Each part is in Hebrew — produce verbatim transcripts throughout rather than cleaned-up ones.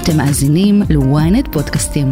אתם מאזינים ל-ynet פודקאסטים.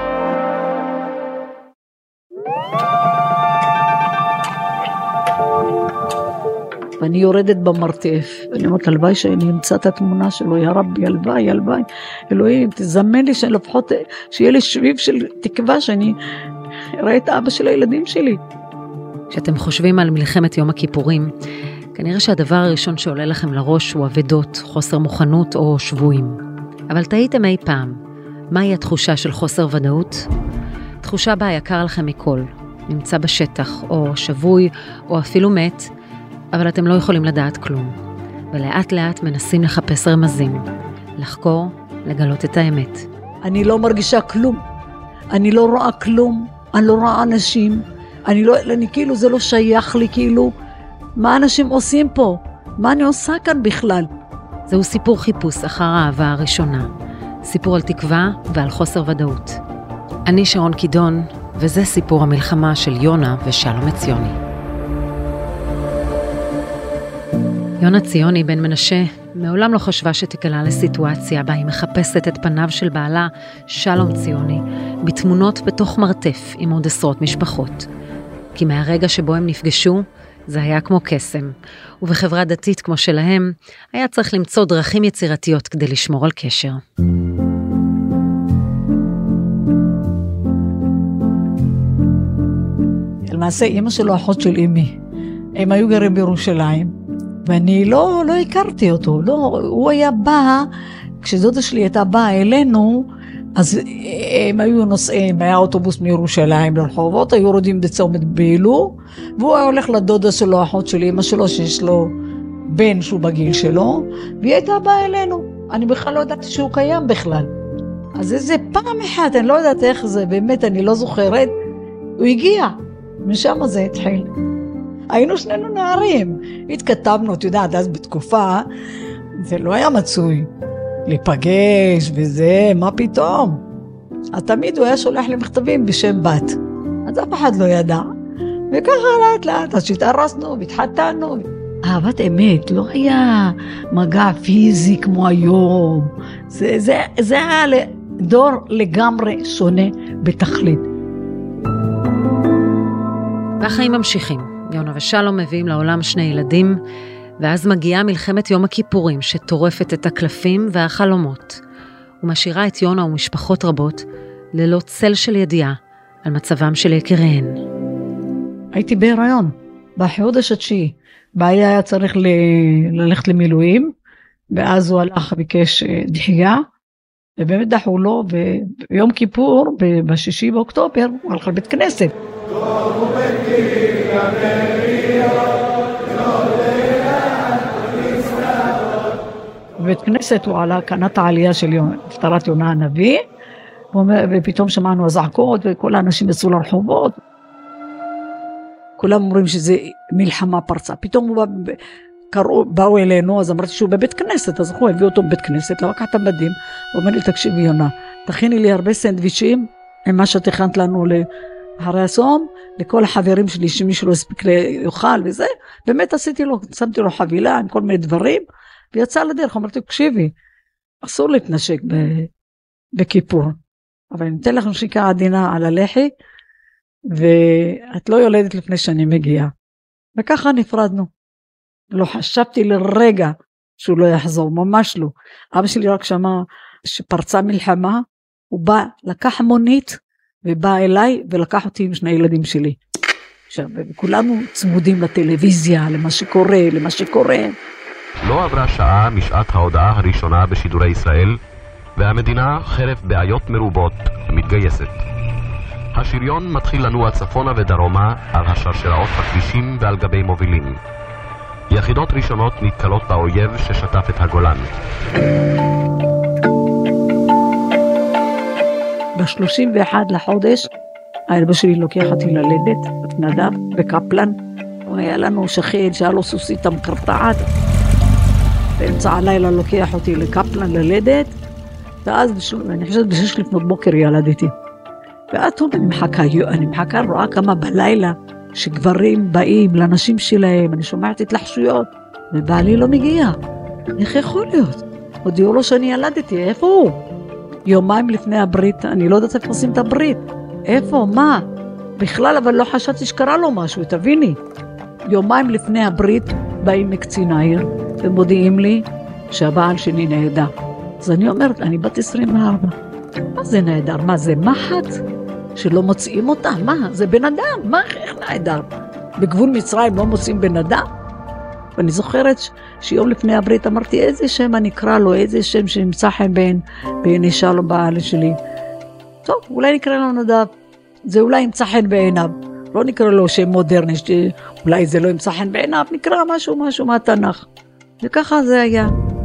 ואני יורדת במרתף, ואני אומרת, הלוואי שאני אמצא את התמונה שלו, יא רבי, הלוואי, הלוואי, אלוהים, תזמן לי שלפחות, שיהיה לי שביב של תקווה, שאני אראה את אבא של הילדים שלי. כשאתם חושבים על מלחמת יום הכיפורים, כנראה שהדבר הראשון שעולה לכם לראש הוא אבדות, חוסר מוכנות או שבויים. אבל תהיתם אי פעם, מהי התחושה של חוסר ודאות? תחושה בה יקר לכם מכל, נמצא בשטח, או שבוי, או אפילו מת, אבל אתם לא יכולים לדעת כלום. ולאט לאט מנסים לחפש רמזים, לחקור, לגלות את האמת. אני לא מרגישה כלום, אני לא רואה כלום, אני לא רואה אנשים, אני לא, אני כאילו זה לא שייך לי, כאילו, מה אנשים עושים פה? מה אני עושה כאן בכלל? זהו סיפור חיפוש אחר האהבה הראשונה. סיפור על תקווה ועל חוסר ודאות. אני שרון קידון, וזה סיפור המלחמה של יונה ושלום עציוני. יונה ציוני בן מנשה מעולם לא חשבה שתקלה לסיטואציה בה היא מחפשת את פניו של בעלה שלום ציוני בתמונות בתוך מרתף עם עוד עשרות משפחות. כי מהרגע שבו הם נפגשו זה היה כמו קסם, ובחברה דתית כמו שלהם היה צריך למצוא דרכים יצירתיות כדי לשמור על קשר. למעשה אמא שלו אחות של אמי, הם היו גרים בירושלים, ואני לא, לא הכרתי אותו, לא, הוא היה בא, כשדודה שלי הייתה באה אלינו, אז הם היו נוסעים, היה אוטובוס מירושלים לרחובות, היו יורדים בצומת בילו, והוא היה הולך לדודה שלו, אחות של אמא שלו, שיש לו בן שהוא בגיל שלו, והיא הייתה באה אלינו, אני בכלל לא יודעת שהוא קיים בכלל. אז איזה פעם אחת, אני לא יודעת איך זה, באמת אני לא זוכרת, הוא הגיע, משם זה התחיל. היינו שנינו נערים, התכתבנו, את יודעת, אז בתקופה, זה לא היה מצוי, להיפגש וזה, מה פתאום? אז תמיד הוא היה שולח לי מכתבים בשם בת, אז אף אחד לא ידע, וככה לאט לאט, אז שהתארסנו והתחתנו. אהבת אמת, לא היה מגע פיזי כמו היום, זה, זה, זה היה דור לגמרי שונה בתכלית. והחיים ממשיכים. יונה ושלום מביאים לעולם שני ילדים, ואז מגיעה מלחמת יום הכיפורים שטורפת את הקלפים והחלומות, ומשאירה את יונה ומשפחות רבות ללא צל של ידיעה על מצבם של יקיריהן. הייתי בהיריון, בחודש התשיעי. בעלי היה צריך ל- ללכת למילואים, ואז הוא הלך וביקש דחייה, ובאמת דחו לו, וביום כיפור, בשישי באוקטובר, הוא הלך לבית כנסת. בבית כנסת הוא עלה, קנת העלייה של הפטרת יונה הנביא, ופתאום שמענו הזעקות, וכל האנשים יצאו לרחובות. כולם אומרים שזה מלחמה פרצה. פתאום הוא בא, קראו, באו אלינו, אז אמרתי שהוא בבית כנסת, אז הוא הביא אותו בבית כנסת, לקח את הבדים, הוא אומר לי, תקשיבי יונה, תכיני לי הרבה סנדוויצ'ים, עם מה שתכנת לנו לאחרי הסום, לכל החברים שלי, שמישהו לא הספיק לאוכל וזה, באמת עשיתי לו, שמתי לו חבילה עם כל מיני דברים, ויצא לדרך, אמרתי, תקשיבי, אסור להתנשק בכיפור, אבל אני אתן לך נשיקה עדינה על הלחי, ואת לא יולדת לפני שאני מגיעה. וככה נפרדנו. לא חשבתי לרגע שהוא לא יחזור, ממש לא. אבא שלי רק שמע שפרצה מלחמה, הוא בא, לקח מונית, ובא אליי ולקח אותי עם שני ילדים שלי. עכשיו, כולנו צמודים לטלוויזיה, למה שקורה, למה שקורה. לא עברה שעה משעת ההודעה הראשונה בשידורי ישראל, והמדינה חרף בעיות מרובות מתגייסת. השריון מתחיל לנוע צפונה ודרומה על השרשראות בכבישים ועל גבי מובילים. יחידות ראשונות נתקלות באויב ששטף את הגולן. ב-שלושים ואחד לחודש, האבא שלי לוקח אותי ללדת, נדב בקפלן. הוא היה לנו שכן שהיה לו סוסית המקרטעת. באמצע הלילה לוקח אותי לקפלן ללדת, ואז בשל... אני חושבת בשש לפנות בוקר ילדתי. ואז אני מחכה, אני מחכה, רואה כמה בלילה שגברים באים לנשים שלהם, אני שומעת התלחשויות, ובעלי לא מגיע. איך יכול להיות? הודיעו לו שאני ילדתי, איפה הוא? יומיים לפני הברית, אני לא יודעת איפה עושים את הברית. איפה? מה? בכלל, אבל לא חשבתי שקרה לו משהו, תביני. יומיים לפני הברית באים מקצין העיר, ומודיעים לי שהבעל שלי נהדר. אז אני אומרת, אני בת עשרים וארבע. מה זה נהדר? מה זה מחט? שלא מוצאים אותה? מה? זה בן אדם? מה? איך נהדר? בגבול מצרים לא מוצאים בן אדם? ואני זוכרת ש... שיום לפני הברית אמרתי, איזה שם אני אקרא לו, איזה שם שנמצא חן בין, בעיני שלום בעל שלי. טוב, אולי נקרא לו נדב. זה אולי ימצא חן בעיניו. לא נקרא לו שם מודרני, אולי זה לא ימצא חן בעיניו, נקרא משהו, משהו מהתנ"ך. וככה זה היה.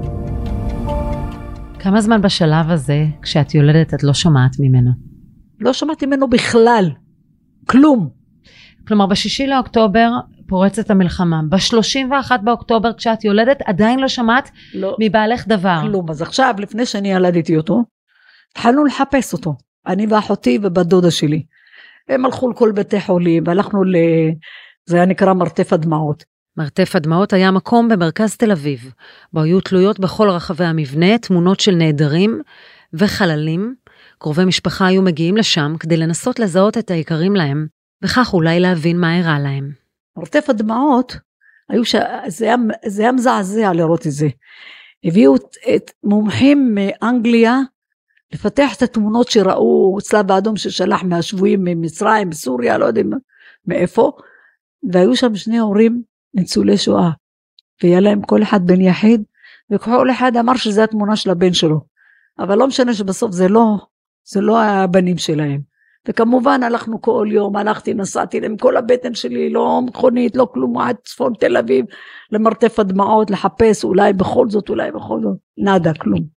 כמה זמן בשלב הזה, כשאת יולדת, את לא שומעת ממנו? לא שמעתי ממנו בכלל. כלום. כלומר, בשישי לאוקטובר פורצת המלחמה. ב-שלושים ואחד באוקטובר, כשאת יולדת, עדיין לא שמעת לא, מבעלך דבר. כלום. אז עכשיו, לפני שאני ילדתי אותו, התחלנו לחפש אותו. אני ואחותי ובת דודה שלי. הם הלכו לכל בתי חולים, והלכנו ל... זה היה נקרא מרתף הדמעות. מרתף הדמעות היה מקום במרכז תל אביב, בו היו תלויות בכל רחבי המבנה, תמונות של נעדרים וחללים. קרובי משפחה היו מגיעים לשם כדי לנסות לזהות את העיקרים להם, וכך אולי להבין מה אירע להם. מרתף הדמעות, היו ש... זה, היה... זה היה מזעזע לראות את זה. הביאו את מומחים מאנגליה, לפתח את התמונות שראו צלב האדום ששלח מהשבויים ממצרים, בסוריה, לא יודעים מאיפה, והיו שם שני הורים ניצולי שואה, והיה להם כל אחד בן יחיד, וכל אחד אמר שזה התמונה של הבן שלו, אבל לא משנה שבסוף זה לא, זה לא הבנים שלהם, וכמובן הלכנו כל יום, הלכתי, נסעתי להם כל הבטן שלי, לא מכונית, לא כלום, עד צפון תל אביב, למרתף הדמעות, לחפש, אולי בכל זאת, אולי בכל זאת, נדה, כלום.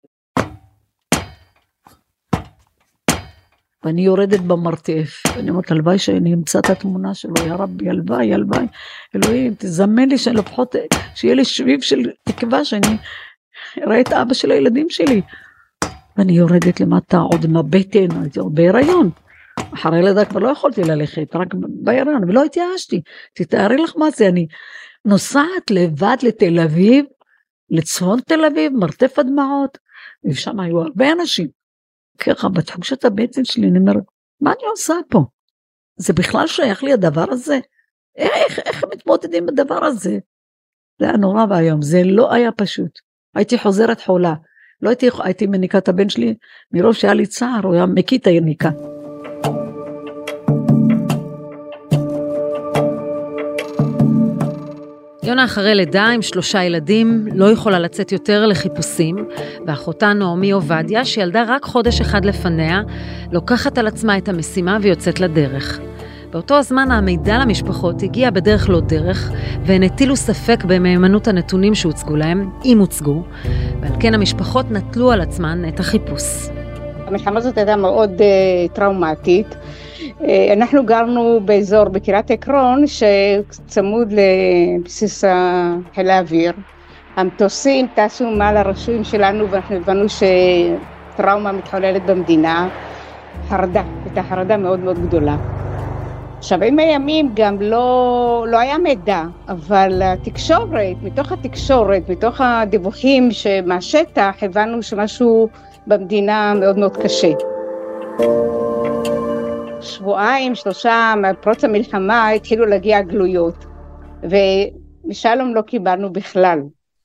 ואני יורדת במרתף, ואני אומרת, הלוואי שאני אמצא את התמונה שלו, יא רבי, הלוואי, הלוואי, אלוהים, תזמן לי שאני לפחות, שיהיה לי שביב של תקווה, שאני אראה את אבא של הילדים שלי. ואני יורדת למטה, עוד עם הבטן, הייתי עוד בהיריון. אחרי לידה כבר לא יכולתי ללכת, רק בהיריון, ולא התייאשתי. תתארי לך מה זה, אני נוסעת לבד לתל אביב, לצפון תל אביב, מרתף הדמעות, ושם היו הרבה אנשים. ככה, בתחושת הבטן שלי, אני אומרת, מה אני עושה פה? זה בכלל שייך לי הדבר הזה? איך, איך הם מתמודדים בדבר הזה? זה היה נורא והיום, זה לא היה פשוט. הייתי חוזרת חולה, לא הייתי, הייתי מניקה את הבן שלי, מרוב שהיה לי צער, הוא היה מקיא את היניקה. יונה אחרי לידה עם שלושה ילדים לא יכולה לצאת יותר לחיפושים, ואחותה נעמי עובדיה, שילדה רק חודש אחד לפניה, לוקחת על עצמה את המשימה ויוצאת לדרך. באותו הזמן המידע למשפחות הגיע בדרך לא דרך, והן הטילו ספק במהימנות הנתונים שהוצגו להם, אם הוצגו, ועל כן המשפחות נטלו על עצמן את החיפוש. המלחמה הזאת הייתה מאוד uh, טראומטית. אנחנו גרנו באזור בקריית עקרון שצמוד לבסיס חיל האוויר. המטוסים טסו מעל הראשים שלנו ואנחנו הבנו שטראומה מתחוללת במדינה. חרדה, הייתה חרדה מאוד מאוד גדולה. עכשיו עם הימים גם לא, לא היה מידע, אבל התקשורת, מתוך התקשורת, מתוך הדיווחים מהשטח, הבנו שמשהו במדינה מאוד מאוד קשה. שבועיים, שלושה, מפרוץ המלחמה, התחילו להגיע גלויות, ומשלום לא קיבלנו בכלל.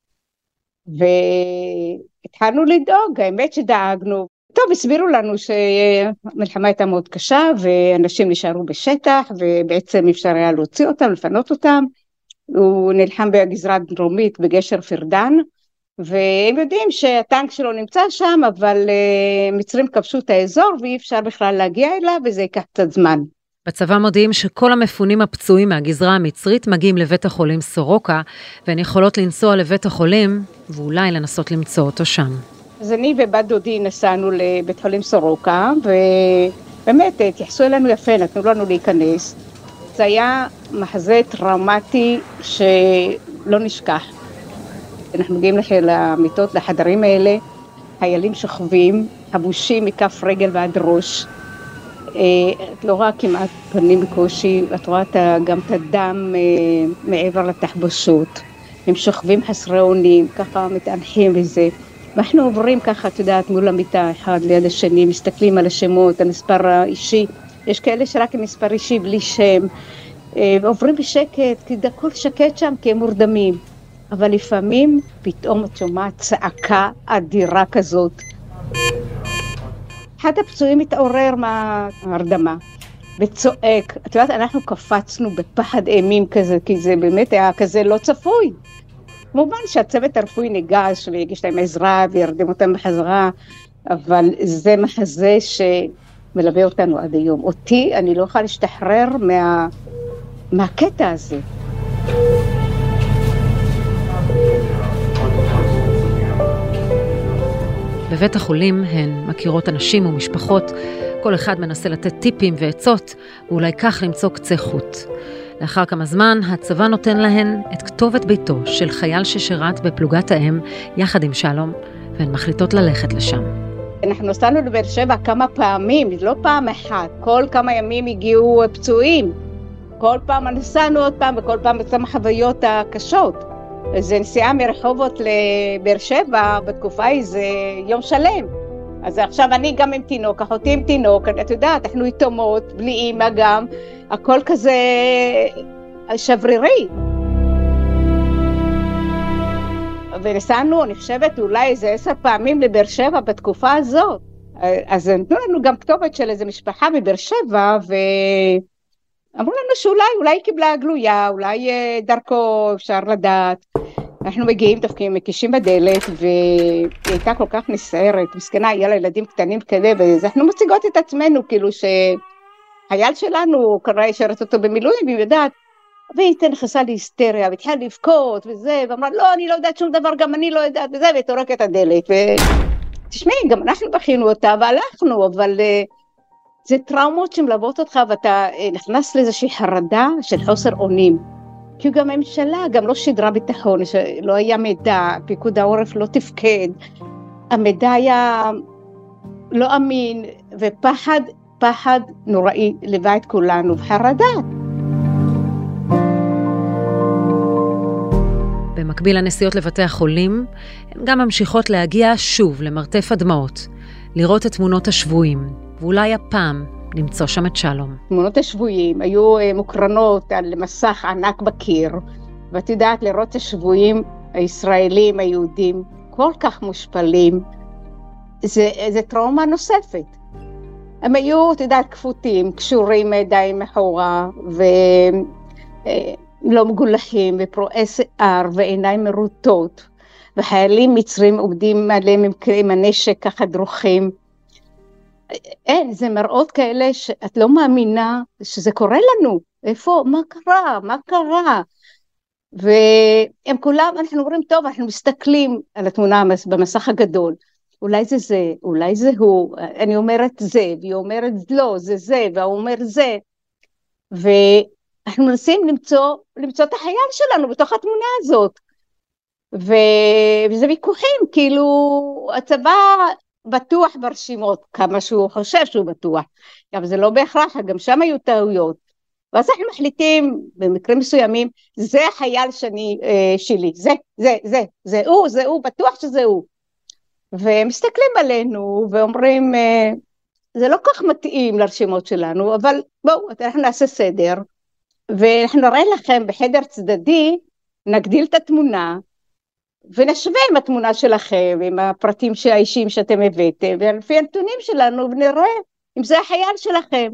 והתחלנו לדאוג, האמת שדאגנו. טוב, הסבירו לנו שהמלחמה הייתה מאוד קשה, ואנשים נשארו בשטח, ובעצם אפשר היה להוציא אותם, לפנות אותם. הוא נלחם בגזרה דרומית בגשר פרדן, והם יודעים שהטנק שלו נמצא שם, אבל uh, מצרים כבשו את האזור, ואי אפשר בכלל להגיע אליו, וזה ייקח קצת זמן. בצבא מודיעים שכל המפונים הפצועים מהגזרה המצרית מגיעים לבית החולים סורוקה, והן יכולות לנסוע לבית החולים, ואולי לנסות למצוא אותו שם. אז אני ובת דודי נסענו לבית חולים סורוקה, ובאמת התייחסו אלינו יפה, נתנו לנו להיכנס. זה היה מחזה טראומטי שלא נשכח. אנחנו מגיעים למיטות, לחדרים האלה, חיילים שוכבים, חבושים מכף רגל ועד ראש. את לא רואה כמעט פנים בקושי, את רואה גם את הדם מעבר לתחבושות. הם שוכבים חסרי אונים, ככה מתאנחים וזה. אנחנו עוברים ככה, את יודעת, מול המיטה, אחד ליד השני, מסתכלים על השמות, המספר האישי, יש כאלה שרק מספר אישי בלי שם, ועוברים בשקט, כי הכל שקט שם, כי הם מורדמים. אבל לפעמים פתאום את שומעת צעקה אדירה כזאת. אחד הפצועים מתעורר מההרדמה, וצועק. את יודעת, אנחנו קפצנו בפחד אימים כזה, כי זה באמת היה כזה לא צפוי. כמובן שהצוות הרפואי ניגש ויגיש להם עזרה וירדם אותם בחזרה, אבל זה מחזה שמלווה אותנו עד היום. אותי, אני לא יכולה להשתחרר מה... מהקטע הזה. בבית החולים הן מכירות אנשים ומשפחות, כל אחד מנסה לתת טיפים ועצות, ואולי כך למצוא קצה חוט. לאחר כמה זמן, הצבא נותן להן את כתובת ביתו של חייל ששירת בפלוגת האם יחד עם שלום, והן מחליטות ללכת לשם. אנחנו נסענו לבאר שבע כמה פעמים, לא פעם אחת, כל כמה ימים הגיעו פצועים. כל פעם נסענו עוד פעם, וכל פעם מצאנו חוויות הקשות. זה נסיעה מרחובות לבאר שבע, בתקופה היא זה יום שלם. אז עכשיו אני גם עם תינוק, אחותי עם תינוק, את יודעת, אנחנו יתומות, בלי אימא גם, הכל כזה שברירי. ונסענו, אני חושבת, אולי איזה עשר פעמים לבאר שבע בתקופה הזאת. אז נתנו לנו גם כתובת של איזו משפחה בבאר שבע, ואמרו לנו שאולי, אולי היא קיבלה גלויה, אולי דרכו אפשר לדעת. אנחנו מגיעים, דווקא מקישים בדלת, והיא הייתה כל כך נסערת, מסכנה, היה לה ילדים קטנים כזה, ואנחנו מציגות את עצמנו, כאילו שחייל שלנו, קרא ישרת אותו במילואים, והיא יודעת, והיא נכנסה להיסטריה, והתחילה לבכות וזה, ואמרה, לא, אני לא יודעת שום דבר, גם אני לא יודעת וזה, ותורק את הדלת, ותשמעי, גם אנחנו בכינו אותה, והלכנו, אבל זה טראומות שמלוות אותך, ואתה נכנס לאיזושהי חרדה של חוסר אונים, כי גם הממשלה גם לא שדרה ביטחון, לא היה מידע, פיקוד העורף לא תפקד, המידע היה לא אמין, ופחד, פחד נוראי לבא את כולנו, וחרדה. במקביל לנסיעות לבתי החולים, הן גם ממשיכות להגיע שוב למרתף הדמעות, לראות את תמונות השבויים, ואולי הפעם למצוא שם את שלום. תמונות השבויים היו מוקרנות על מסך ענק בקיר, ואת יודעת לראות את השבויים הישראלים, היהודים, כל כך מושפלים, זה, זה טראומה נוספת. הם היו, את יודעת, כפותים, קשורים ידיים מאחורה, ולא מגולחים, ופרועי שיער, ועיניים מרוטות, וחיילים מצרים עובדים עליהם עם הנשק ככה דרוכים, אין, זה מראות כאלה שאת לא מאמינה שזה קורה לנו. איפה? מה קרה? מה קרה? והם כולם, אנחנו אומרים, טוב, אנחנו מסתכלים על התמונה במסך הגדול. אולי זה זה, אולי זה הוא. אני אומרת זה, והיא אומרת לא, זה זה, והוא אומר זה. ואנחנו מנסים למצוא, למצוא את החייל שלנו בתוך התמונה הזאת. ו... וזה ויכוחים, כאילו, הצבא בטוח ברשימות, כמה שהוא חושב שהוא בטוח, אבל זה לא בהכרח, גם שם היו טעויות, ואז אנחנו מחליטים, במקרים מסוימים, זה החייל שאני, אה, שלי, זה, זה, זה, זה הוא, זה הוא, בטוח שזה הוא, ומסתכלים עלינו, ואומרים, אה, זה לא כך מתאים לרשימות שלנו, אבל בואו, אנחנו נעשה סדר, ואנחנו נראה לכם בחדר צדדי, נגדיל את התמונה, ונשווה עם התמונה שלכם, עם הפרטים האישיים שאתם הבאתם, ולפי הנתונים שלנו, ונראה אם זה החייל שלכם.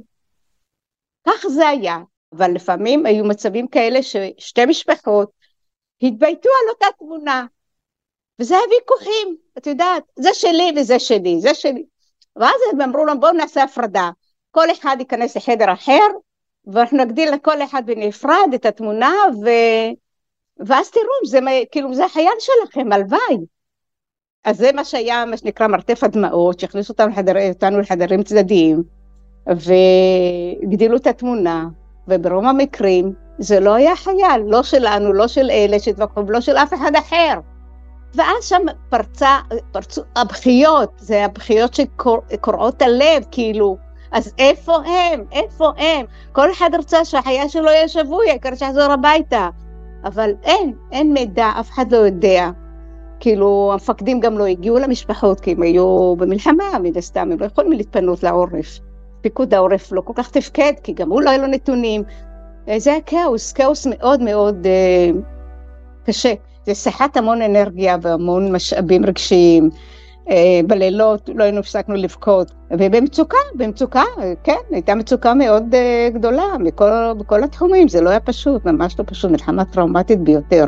כך זה היה, אבל לפעמים היו מצבים כאלה ששתי משפחות התבייתו על אותה תמונה, וזה היה ויכוחים, את יודעת, זה שלי וזה שלי, זה שלי. ואז הם אמרו להם, בואו נעשה הפרדה, כל אחד ייכנס לחדר אחר, ואנחנו נגדיל לכל אחד בנפרד את התמונה, ו... ואז תראו, זה, כאילו, זה החייל שלכם, הלוואי. אז זה מה שהיה, מה שנקרא מרתף הדמעות, שהכניסו אותנו, לחדר, אותנו לחדרים צדדיים, והגדילו את התמונה, וברוב המקרים, זה לא היה חייל, לא שלנו, לא של אלה שתווכחו, לא של אף אחד אחר. ואז שם פרצה, פרצו הבכיות, זה הבכיות שקוראות הלב, כאילו, אז איפה הם? איפה הם? כל אחד רצה שהחייל שלו יהיה שבוי, העיקר שיחזור הביתה. אבל אין, אין מידע, אף אחד לא יודע. כאילו המפקדים גם לא הגיעו למשפחות, כי הם היו במלחמה, מן הסתם, הם לא יכולים להתפנות לעורף. פיקוד העורף לא כל כך תפקד, כי גם הוא לא היה לו נתונים. זה היה כאוס, כאוס מאוד מאוד אה, קשה. זה שיחת המון אנרגיה והמון משאבים רגשיים. אה, בלילות לא היינו הפסקנו לבכות. ובמצוקה, במצוקה, כן, הייתה מצוקה מאוד אה, גדולה, בכל, בכל התחומים. זה לא היה פשוט, ממש לא פשוט, מלחמה טראומטית ביותר.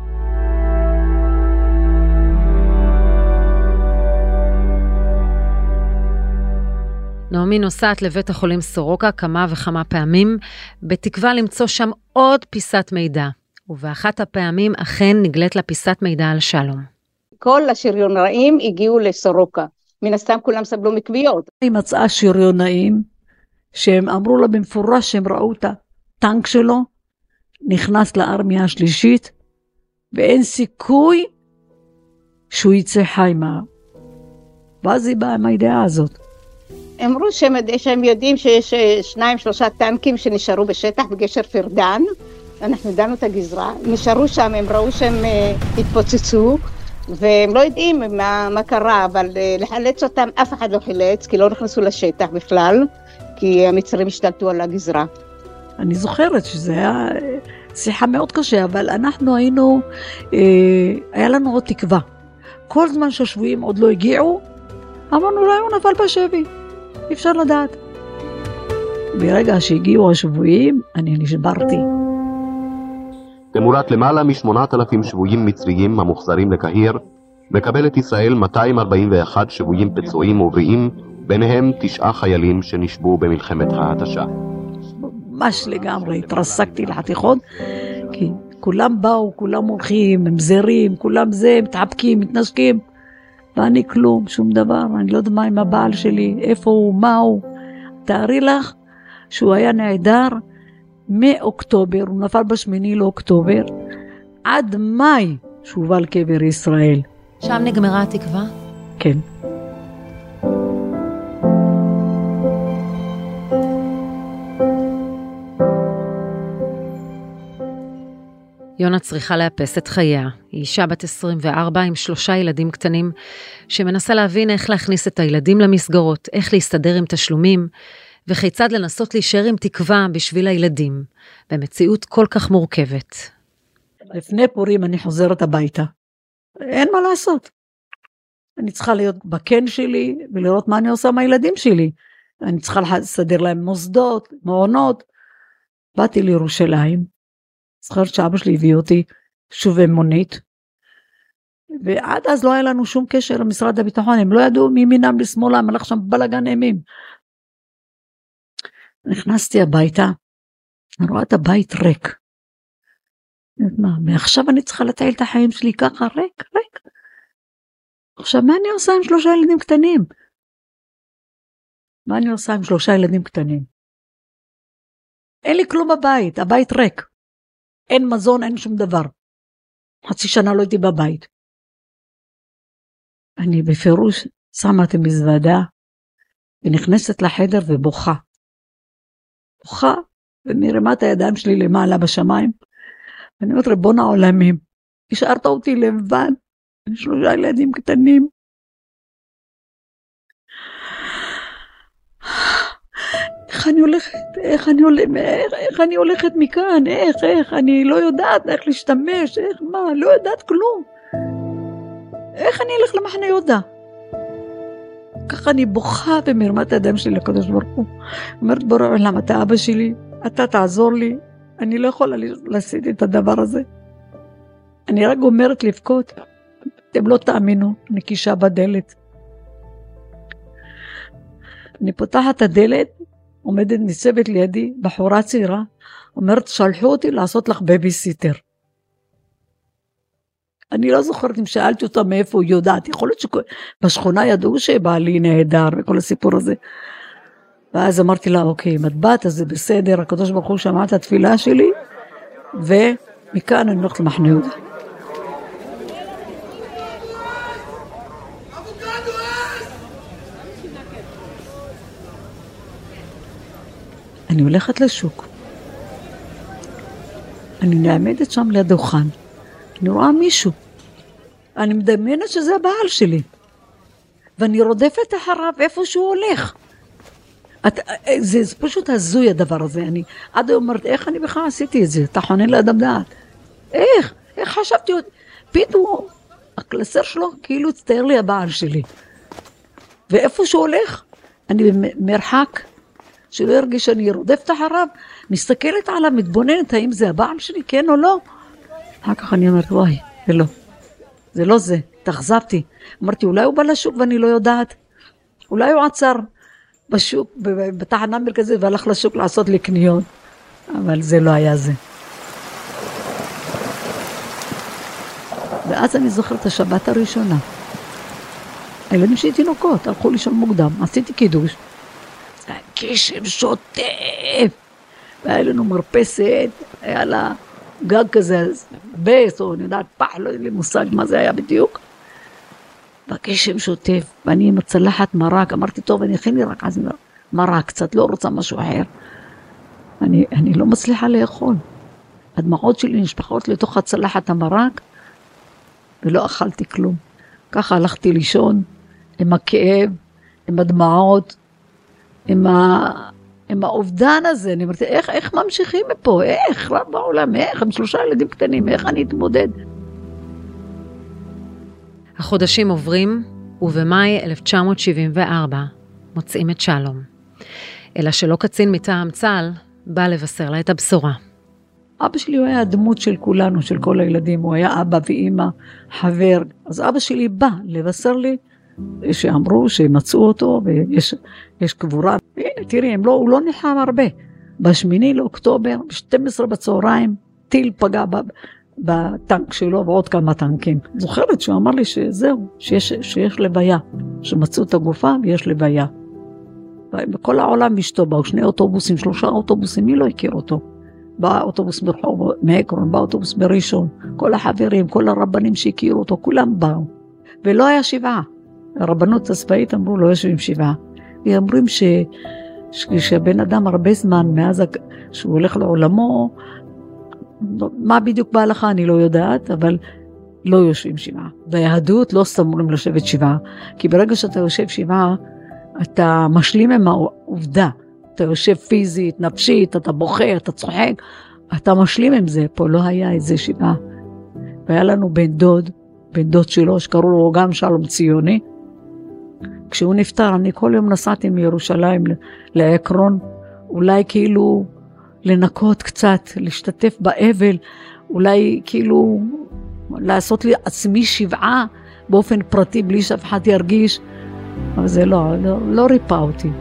נעמי נוסעת לבית החולים סורוקה כמה וכמה פעמים, בתקווה למצוא שם עוד פיסת מידע, ובאחת הפעמים אכן נגלית לה פיסת מידע על שלום. כל השריונאים הגיעו לסורוקה, מן הסתם כולם סבלו מכוויות. היא מצאה שריונאים, שהם אמרו לה במפורש שהם ראו את הטנק שלו, נכנס לארמיה השלישית, ואין סיכוי שהוא יצא חי מה. ואז היא באה עם הידיעה הזאת. אמרו שהם, שהם יודעים שיש שניים, שלושה טנקים שנשארו בשטח בגשר פרדן, אנחנו ידענו את הגזרה, נשארו שם, הם ראו שהם uh, התפוצצו, והם לא יודעים מה, מה קרה, אבל uh, לחלץ אותם אף אחד לא חילץ, כי לא נכנסו לשטח בכלל, כי המצרים השתלטו על הגזרה. אני זוכרת שזה היה שיחה מאוד קשה, אבל אנחנו היינו, אה, היה לנו עוד תקווה. כל זמן שהשבויים עוד לא הגיעו, אמרנו, אולי הוא נפל בשבי. אי אפשר לדעת. ברגע שהגיעו השבויים, אני נשברתי. תמורת למעלה משמונת אלפים שבויים מצריים המוחזרים לקהיר, מקבלת ישראל מאתיים ארבעים ואחת שבויים פצועים ובריאים, ביניהם תשעה חיילים שנשבו במלחמת ההתשה. ממש לגמרי, התרסקתי לחתיכות, כי כולם באו, כולם הולכים, הם זרים, כולם זה, מתעפקים, מתנשקים. ואני כלום, שום דבר, אני לא יודע מה עם הבעל שלי, איפה הוא, מה הוא. תארי לך שהוא היה נעדר מאוקטובר, הוא נפל בשמיני לאוקטובר, עד מאי שהוא בא לקבר ישראל. שם נגמרה התקווה? כן. יונה צריכה לאפס את חייה. היא אישה בת עשרים וארבע עם שלושה ילדים קטנים, שמנסה להבין איך להכניס את הילדים למסגרות, איך להסתדר עם תשלומים, וכיצד לנסות להישאר עם תקווה בשביל הילדים, במציאות כל כך מורכבת. לפני פורים אני חוזרת הביתה. אין מה לעשות. אני צריכה להיות בקן שלי, ולראות מה אני עושה עם הילדים שלי. אני צריכה לסדר להם מוסדות, מעונות. באתי לירושלים. זכרת שאבא שלי הביא אותי שוב מונית, ועד אז לא היה לנו שום קשר למשרד הביטחון, הם לא ידעו מימינם לשמאלם, הלך שם בלגן אימים. נכנסתי הביתה, אני רואה את הבית ריק. מה, מעכשיו אני צריכה לטייל את החיים שלי ככה, ריק, ריק. עכשיו, מה אני עושה עם שלושה ילדים קטנים? מה אני עושה עם שלושה ילדים קטנים? אין לי כלום בבית, הבית ריק. אין מזון, אין שום דבר. חצי שנה לא הייתי בבית. אני בפירוש שמה את המזוודה, ונכנסת לחדר ובוכה. בוכה, ומרימה את הידיים שלי למעלה בשמיים. ואני אומרת, ריבון העולמים, השארת אותי לבד, עם שלושה ילדים קטנים. איך אני הולכת, איך אני הולכת, איך, איך אני הולכת מכאן, איך, איך, אני לא יודעת איך להשתמש, איך, מה, לא יודעת כלום. איך אני אלך למחנה יהודה? ככה אני בוכה ומרמה את הידיים שלי לקדוש ברוך הוא. אומרת בורא עולם, אתה אבא שלי, אתה תעזור לי, אני לא יכולה לעשות את הדבר הזה. אני רק אומרת לבכות, אתם לא תאמינו, נקישה בדלת. אני פותחת את הדלת, עומדת ניצבת לידי, בחורה צעירה, אומרת, שלחו אותי לעשות לך בייביסיטר. אני לא זוכרת אם שאלתי אותה מאיפה היא יודעת, יכול להיות שבשכונה ידעו שבעלי נהדר וכל הסיפור הזה. ואז אמרתי לה, אוקיי, אם את בת, אז זה בסדר, הקדוש ברוך הוא שמע את התפילה שלי, ומכאן אני הולכת למחנה יהודה. אני הולכת לשוק. אני נעמדת שם ליד דוכן. אני רואה מישהו. אני מדמיינת שזה הבעל שלי. ואני רודפת אחריו איפה שהוא הולך. את, זה, זה פשוט הזוי הדבר הזה. אני עד היום אומרת, איך אני בכלל עשיתי את זה? אתה חונן לאדם דעת. איך? איך חשבתי? פתאום הקלסר שלו כאילו הצטייר לי הבעל שלי. ואיפה שהוא הולך, אני במרחק, שלא ירגיש שאני רודפת אחריו, מסתכלת עליו, מתבוננת האם זה הבעל שלי, כן או לא. אחר כך אני אומרת, וואי, זה לא. זה לא זה, תחזבתי. אמרתי, אולי הוא בא לשוק ואני לא יודעת. אולי הוא עצר בשוק, בתחנה מרכזית, והלך לשוק לעשות לי קניות. אבל זה לא היה זה. ואז אני זוכרת את השבת הראשונה. הילדים שלי תינוקות, הלכו לישון מוקדם, עשיתי קידוש. זה היה גשם שוטף. והיה לנו מרפסת, היה לה גג כזה, בס, או אני יודעת, פח, לא היה לי מושג מה זה היה בדיוק. והגשם שוטף, ואני עם הצלחת מרק, אמרתי, טוב, אני אכין לי רק אז מרק קצת, לא רוצה משהו אחר. אני, אני לא מצליחה לאכול. הדמעות שלי נשפחות לתוך הצלחת המרק, ולא אכלתי כלום. ככה הלכתי לישון, עם הכאב, עם הדמעות, עם, ה... עם האובדן הזה. אני אומרת, איך, איך ממשיכים מפה? איך? רב בעולם, איך? עם שלושה ילדים קטנים, איך אני אתמודד? החודשים עוברים, ובמאי אלף תשע מאות שבעים וארבע מוצאים את שלום. אלא שלא קצין מטעם צה"ל בא לבשר לה את הבשורה. אבא שלי הוא היה הדמות של כולנו, של כל הילדים. הוא היה אבא ואמא, חבר. אז אבא שלי בא לבשר לי שאמרו שמצאו אותו ויש יש קבורה. הנה, תראי, לא, הוא לא נחם הרבה. בשמיני לאוקטובר, ב-שתים עשרה בצהריים, טיל פגע ב, בטנק שלו ועוד כמה טנקים. זוכרת שהוא אמר לי שזהו, שיש, שיש לוויה, שמצאו את הגופה ויש לוויה. בכל העולם אשתו באו שני אוטובוסים, שלושה אוטובוסים, מי לא הכיר אותו? בא אוטובוס ברחוב, מעקרון, בא אוטובוס בראשון, כל החברים, כל הרבנים שהכירו אותו, כולם באו. ולא היה שבעה. הרבנות הצבאית אמרו, לא יושבים שבעה. ואומרים ש... שהבן אדם הרבה זמן, מאז שהוא הולך לעולמו, מה בדיוק בהלכה אני לא יודעת, אבל לא יושבים שבעה. ביהדות לא סתמרים לשבת שבעה, כי ברגע שאתה יושב שבעה, אתה משלים עם העובדה. אתה יושב פיזית, נפשית, אתה בוכה, אתה צוחק, אתה משלים עם זה. פה לא היה איזה שבעה. והיה לנו בן דוד, בן דוד שלו, שקראו לו גם שלום ציוני. כשהוא נפטר, אני כל יום נסעתי מירושלים לעקרון, אולי כאילו לנקות קצת, להשתתף באבל, אולי כאילו לעשות לי עצמי שבעה באופן פרטי, בלי שאף אחד ירגיש, אבל זה לא, לא, לא ריפא אותי.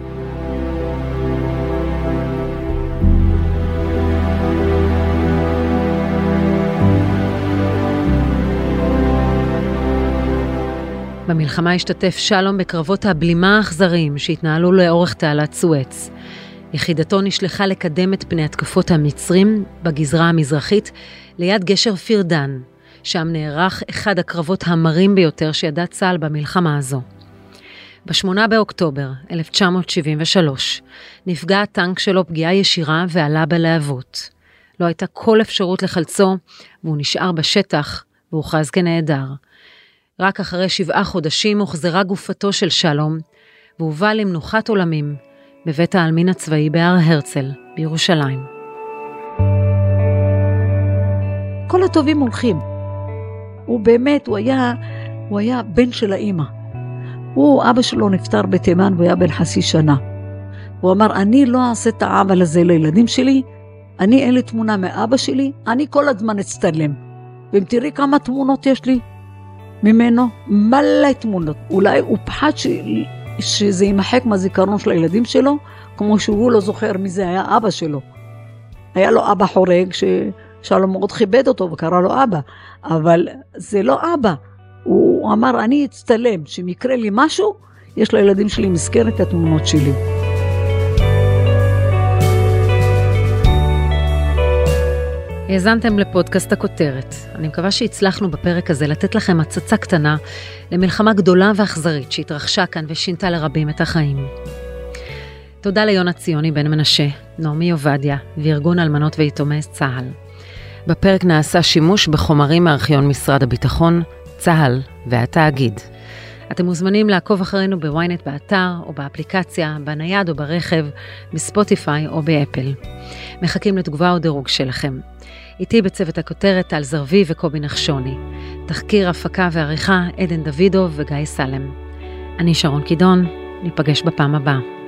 במלחמה השתתף שלום בקרבות הבלימה האכזריים שהתנהלו לאורך תעלת סואץ. יחידתו נשלחה לקדם את פני התקפות המצרים בגזרה המזרחית ליד גשר פירדן, שם נערך אחד הקרבות המרים ביותר שידע צה"ל במלחמה הזו. בשמונה באוקטובר אלף תשע מאות שבעים ושלוש נפגע הטנק שלו פגיעה ישירה ועלה בלהבות. לא הייתה כל אפשרות לחלצו והוא נשאר בשטח והוכרז כנעדר. רק אחרי שבעה חודשים הוחזרה גופתו של שלום, והובא למנוחת עולמים בבית העלמין הצבאי בהר הרצל בירושלים. כל הטובים הולכים. הוא באמת, הוא היה, הוא היה בן של האמא. הוא, אבא שלו נפטר בתימן והוא היה בן חצי שנה. הוא אמר, אני לא אעשה את העוול הזה לילדים שלי, אני אין לי תמונה מאבא שלי, אני כל הזמן אצטלם. ואם תראי כמה תמונות יש לי, ממנו מלא תמונות. אולי הוא פחד ש... שזה יימחק מהזיכרון של הילדים שלו, כמו שהוא לא זוכר מי זה היה אבא שלו. היה לו אבא חורג ששלום מאוד כיבד אותו וקרא לו אבא, אבל זה לא אבא. הוא אמר, אני אצטלם, שמקרה לי משהו, יש לילדים שלי מזכרת את התמונות שלי. האזנתם לפודקאסט הכותרת. אני מקווה שהצלחנו בפרק הזה לתת לכם הצצה קטנה למלחמה גדולה ואכזרית שהתרחשה כאן ושינתה לרבים את החיים. תודה ליונה ציוני בן מנשה, נעמי עובדיה וארגון אלמנות ויתומי צה"ל. בפרק נעשה שימוש בחומרים מארכיון משרד הביטחון, צה"ל והתאגיד. אתם מוזמנים לעקוב אחרינו בוויינט באתר או באפליקציה, בנייד או ברכב, בספוטיפיי או באפל. מחכים לתגובה או דירוג שלכם. איתי בצוות הכותרת טל זרבי וקובי נחשוני. תחקיר, הפקה ועריכה עדן דוידוב וגיא סלם. אני שרון קידון, ניפגש בפעם הבאה.